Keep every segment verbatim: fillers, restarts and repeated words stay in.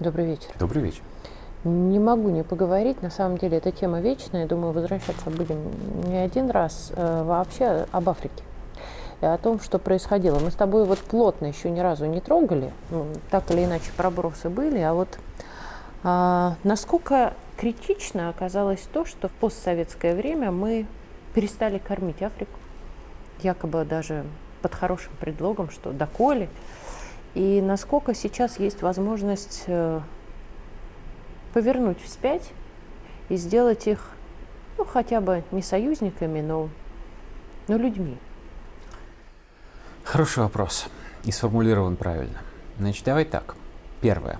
Добрый вечер. Добрый вечер. Не могу не поговорить, на самом деле эта тема вечная, думаю, возвращаться будем не один раз, э, вообще об Африке и о том, что происходило. Мы с тобой вот плотно еще ни разу не трогали, ну, так или иначе пробросы были, а вот а, насколько критично оказалось то, что в постсоветское время мы перестали кормить Африку, якобы даже под хорошим предлогом, что доколе, и насколько сейчас есть возможность э, повернуть вспять и сделать их, ну, хотя бы не союзниками, но, но людьми. Хороший вопрос и сформулирован правильно. Значит, давай так. Первое.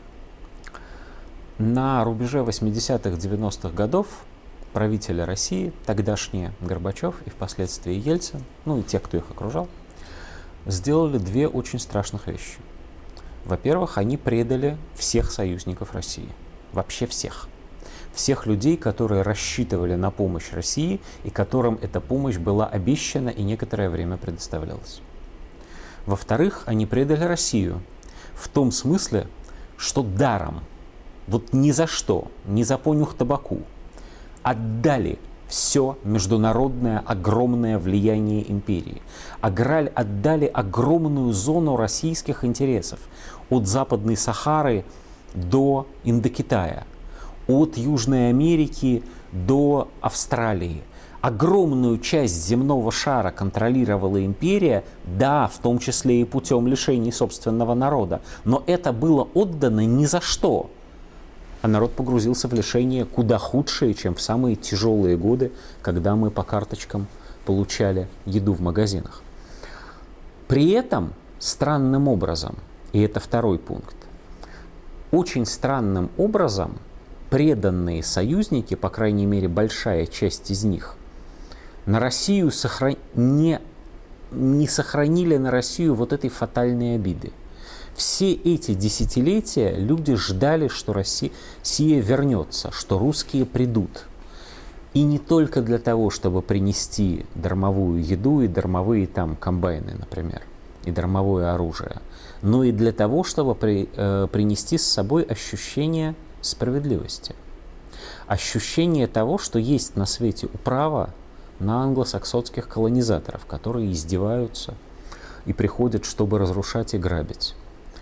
На рубеже восьмидесятых-девяностых годов правители России, тогдашние Горбачев и впоследствии Ельцин, ну и те, кто их окружал, сделали две очень страшных вещи. Во-первых, они предали всех союзников России. Вообще всех. Всех людей, которые рассчитывали на помощь России и которым эта помощь была обещана и некоторое время предоставлялась. Во-вторых, они предали Россию в том смысле, что даром, вот ни за что, ни за понюх табаку, отдали все международное огромное влияние империи. Аграль отдали огромную зону российских интересов от Западной Сахары до Индокитая, от Южной Америки до Австралии. Огромную часть земного шара контролировала империя, да, в том числе и путем лишений собственного народа, но это было отдано ни за что. А народ погрузился в лишения куда худшие, чем в самые тяжелые годы, когда мы по карточкам получали еду в магазинах. При этом странным образом, и это второй пункт, очень странным образом преданные союзники, по крайней мере большая часть из них, на Россию сохран... не, не сохранили на Россию вот этой фатальной обиды. Все эти десятилетия люди ждали, что Россия вернется, что русские придут. И не только для того, чтобы принести дармовую еду и дармовые там комбайны, например, и дармовое оружие, но и для того, чтобы при, э, принести с собой ощущение справедливости. Ощущение того, что есть на свете управа на англосаксонских колонизаторов, которые издеваются и приходят, чтобы разрушать и грабить.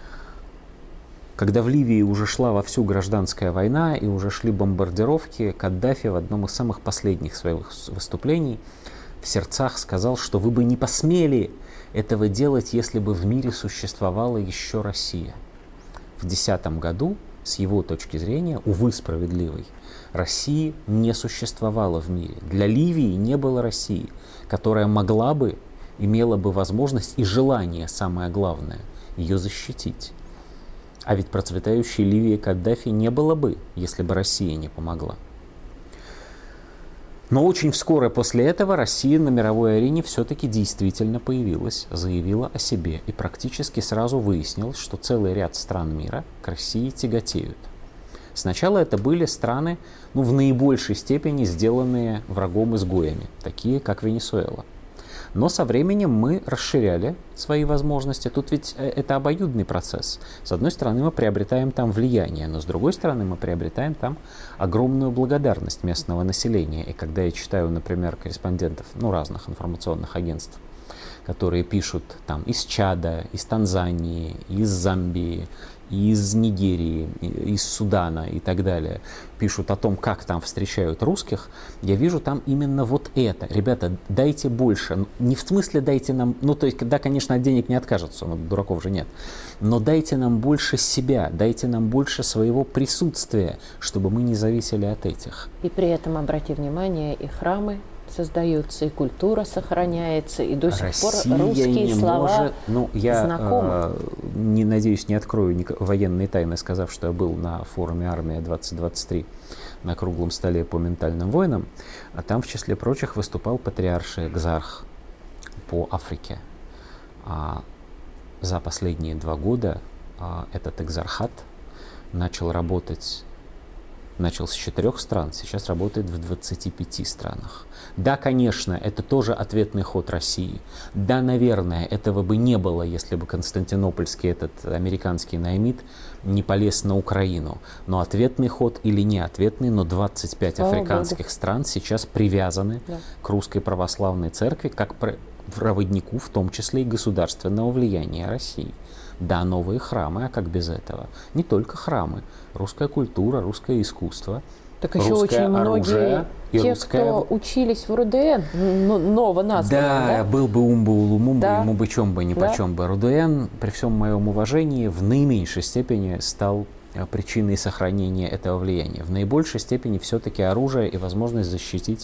Когда в Ливии уже шла вовсю гражданская война и уже шли бомбардировки, Каддафи в одном из самых последних своих выступлений в сердцах сказал, что вы бы не посмели этого делать, если бы в мире существовала еще Россия. В десятом году, с его точки зрения, увы, справедливой, России не существовало в мире. Для Ливии не было России, которая могла бы, имела бы возможность и желание, самое главное, ее защитить. А ведь процветающей Ливии Каддафи не было бы, если бы Россия не помогла. Но очень вскоре после этого Россия на мировой арене все-таки действительно появилась, заявила о себе. И практически сразу выяснилось, что целый ряд стран мира к России тяготеют. Сначала это были страны, ну, в наибольшей степени сделанные врагом-изгоями, такие как Венесуэла. Но со временем мы расширяли свои возможности. Тут ведь это обоюдный процесс. С одной стороны, мы приобретаем там влияние, но с другой стороны, мы приобретаем там огромную благодарность местного населения. И когда я читаю, например, корреспондентов, ну, разных информационных агентств, которые пишут там из Чада, из Танзании, из Замбии, из Нигерии, из Судана и так далее, пишут о том, как там встречают русских, я вижу там именно вот это. Ребята, дайте больше. Не в смысле дайте нам, ну то есть, да, конечно, от денег не откажутся, но дураков же нет, но дайте нам больше себя, дайте нам больше своего присутствия, чтобы мы не зависели от этих. И при этом, обрати внимание, и храмы создаются, и культура сохраняется, и до сих Россия пор русские не слова может, ну, я, знакомы. Э, не, надеюсь, не открою ни военные тайны, сказав, что я был на форуме «Армия двадцать двадцать три» на круглом столе по ментальным войнам, а там, в числе прочих, выступал патриарший экзарх по Африке. А за последние два года а, этот экзархат начал работать начал с четырех стран, сейчас работает в двадцати пяти странах. Да, конечно, это тоже ответный ход России. Да, наверное, этого бы не было, если бы Константинопольский, этот американский наймит, не полез на Украину. Но ответный ход или не ответный, но двадцать пять Слава африканских Богу. стран сейчас привязаны Да. к Русской Православной Церкви как проводнику, в том числе и государственного влияния России. Да, новые храмы, а как без этого? Не только храмы. Русская культура, русское искусство, Так еще русское очень оружие многие, и те, русское... кто учились в РУДН, ну, новоназванном, Да, да? был бы ум бы улумум бы, Да. ему бы чем бы, ни Да. почем бы. РУДН, при всем моем уважении, в наименьшей степени стал э, причиной сохранения этого влияния. В наибольшей степени все-таки оружие и возможность защитить.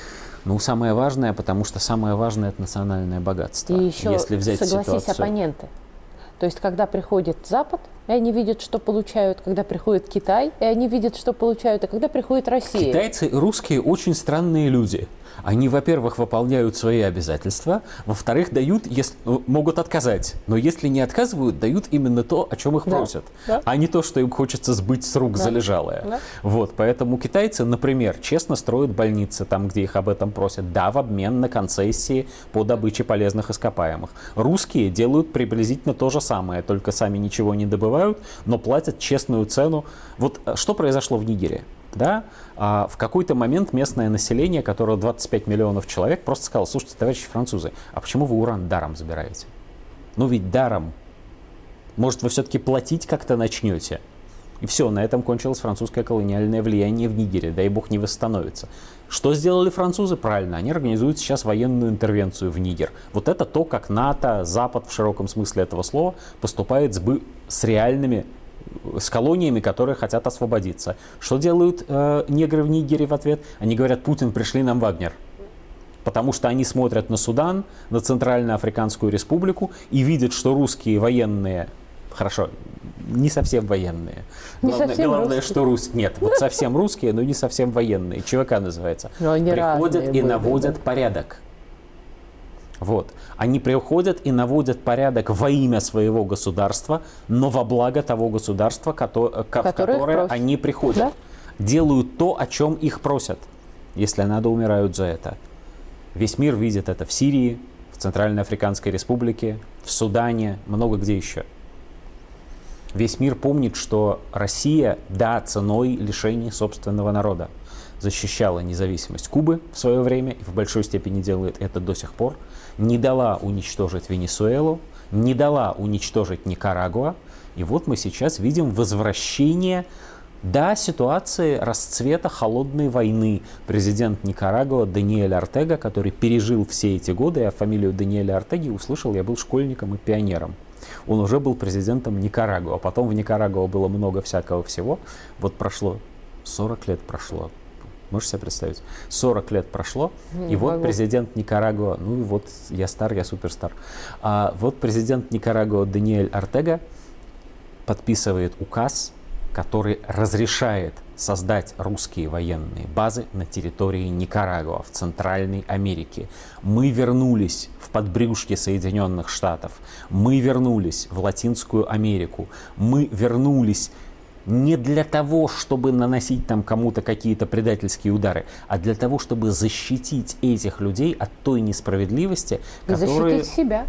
Ну, самое важное, потому что самое важное – это национальное богатство. И еще, Если взять согласись, ситуацию... оппоненты. То есть, когда приходит Запад, и они видят, что получают, когда приходит Китай, и они видят, что получают, и когда приходит Россия. Китайцы и русские очень странные люди. Они, во-первых, выполняют свои обязательства, во-вторых, дают, если, могут отказать. Но если не отказывают, дают именно то, о чем их Да. просят, Да. а не то, что им хочется сбыть с рук Да. залежалое. Да. Вот, поэтому китайцы, например, честно строят больницы там, где их об этом просят, да, в обмен на концессии по добыче полезных ископаемых. Русские делают приблизительно то же самое, только сами ничего не добывают, но платят честную цену. Вот что произошло в Нигере? Да? А в какой-то момент местное население, которое двадцать пять миллионов человек, просто сказало: слушайте, товарищи французы, а почему вы уран даром забираете? Ну ведь даром. Может, вы все-таки платить как-то начнете? И все, на этом кончилось французское колониальное влияние в Нигере. Дай бог не восстановится. Что сделали французы? Правильно, они организуют сейчас военную интервенцию в Нигер. Вот это то, как НАТО, Запад в широком смысле этого слова, поступает с, бы, с реальными с колониями, которые хотят освободиться. Что делают э, негры в Нигере в ответ? Они говорят: Путин, пришли нам Вагнер. Потому что они смотрят на Судан, на Центральноафриканскую республику и видят, что русские военные, хорошо, не совсем военные. Не Главное, совсем главное русские. что рус... Нет, вот совсем русские, но не совсем военные. ЧВК называется. Но они Приходят разные и были, наводят да. порядок. Вот. Они приходят и наводят порядок во имя своего государства, но во благо того государства, кото- ко- в Которое их которое просит. они приходят. Да. Делают то, о чем их просят. Если надо, умирают за это. Весь мир видит это в Сирии, в Центральноафриканской республике, в Судане, много где еще. Весь мир помнит, что Россия, да, ценой лишения собственного народа, защищала независимость Кубы в свое время и в большой степени делает это до сих пор, не дала уничтожить Венесуэлу, не дала уничтожить Никарагуа. И вот мы сейчас видим возвращение, да, ситуации расцвета холодной войны. Президент Никарагуа Даниэль Ортега, который пережил все эти годы, я фамилию Даниэля Ортеги услышал, я был школьником и пионером. Он уже был президентом Никарагуа. Потом в Никарагуа было много всякого всего. Вот прошло сорок лет прошло. Можешь себе представить? сорок лет прошло, Не и вот могу. президент Никарагуа, ну вот я стар, я суперстар. А вот президент Никарагуа Даниэль Ортега подписывает указ, который разрешает создать русские военные базы на территории Никарагуа в Центральной Америке. Мы вернулись в подбрюшье Соединенных Штатов, мы вернулись в Латинскую Америку, мы вернулись не для того, чтобы наносить там кому-то какие-то предательские удары, а для того, чтобы защитить этих людей от той несправедливости, И которая... защитить себя.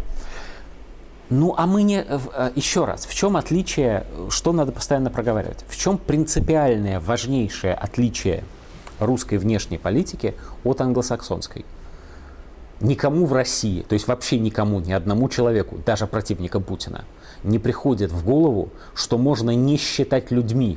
Ну, а мы не... Еще раз, в чем отличие, что надо постоянно проговаривать? В чем принципиальное, важнейшее отличие русской внешней политики от англосаксонской? Никому в России, то есть вообще никому, ни одному человеку, даже противникам Путина, не приходит в голову, что можно не считать людьми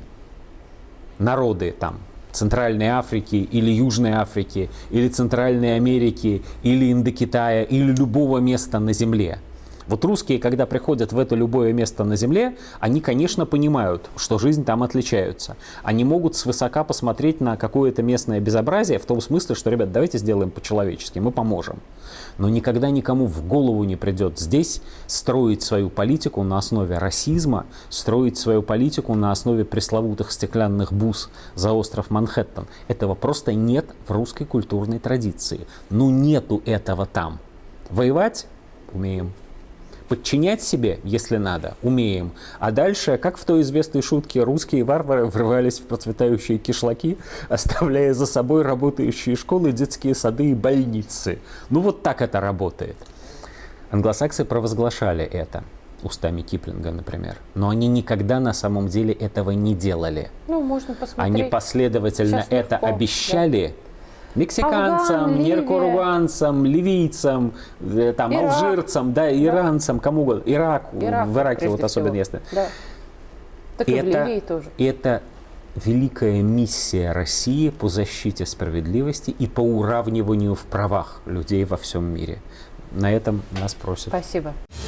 народы там Центральной Африки или Южной Африки, или Центральной Америки, или Индокитая, или любого места на Земле. Вот русские, когда приходят в это любое место на Земле, они, конечно, понимают, что жизнь там отличается. Они могут свысока посмотреть на какое-то местное безобразие в том смысле, что, ребят, давайте сделаем по-человечески, мы поможем. Но никогда никому в голову не придет здесь строить свою политику на основе расизма, строить свою политику на основе пресловутых стеклянных бус за остров Манхэттен. Этого просто нет в русской культурной традиции. Ну, нету этого там. Воевать умеем. Подчинять себе, если надо, умеем. А дальше, как в той известной шутке, русские варвары врывались в процветающие кишлаки, оставляя за собой работающие школы, детские сады и больницы. Ну вот так это работает. Англосаксы провозглашали это устами Киплинга, например. Но они никогда на самом деле этого не делали. Ну, можно посмотреть. Они последовательно Сейчас это легко, обещали да. мексиканцам, Афган, ниркуруганцам, ливийцам, э, там, Ирак. алжирцам, да, иранцам, кому угодно. Ирак, Ирак, в Ираке вот прежде особенно всего. ясно. Да. Так и в Это, Ливии тоже. это великая миссия России по защите справедливости и по уравниванию в правах людей во всем мире. На этом нас просят. Спасибо.